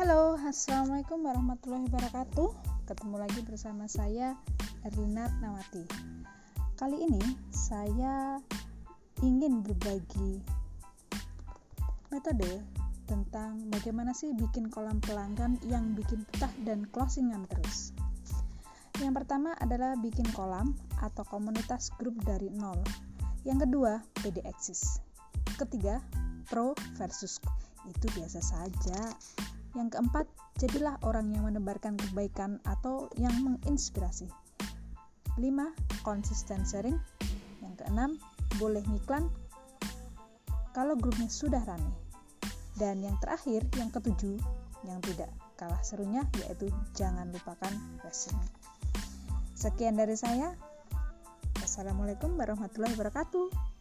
Halo, assalamualaikum warahmatullahi wabarakatuh. Ketemu lagi bersama saya Erlina Nawati. Kali ini saya ingin berbagi metode tentang bagaimana sih bikin kolam pelanggan yang bikin betah dan closingan terus. Yang pertama adalah bikin kolam atau komunitas grup dari nol. Yang kedua, PD eksis. Ketiga, pro versus itu biasa saja. Yang keempat, jadilah orang yang menebarkan kebaikan atau yang menginspirasi. 5. Konsisten sharing. Yang keenam, boleh ngiklan kalau grupnya sudah rame. Dan yang terakhir, yang ketujuh, yang tidak kalah serunya, yaitu jangan lupakan passion. Sekian dari saya. Assalamualaikum warahmatullahi wabarakatuh.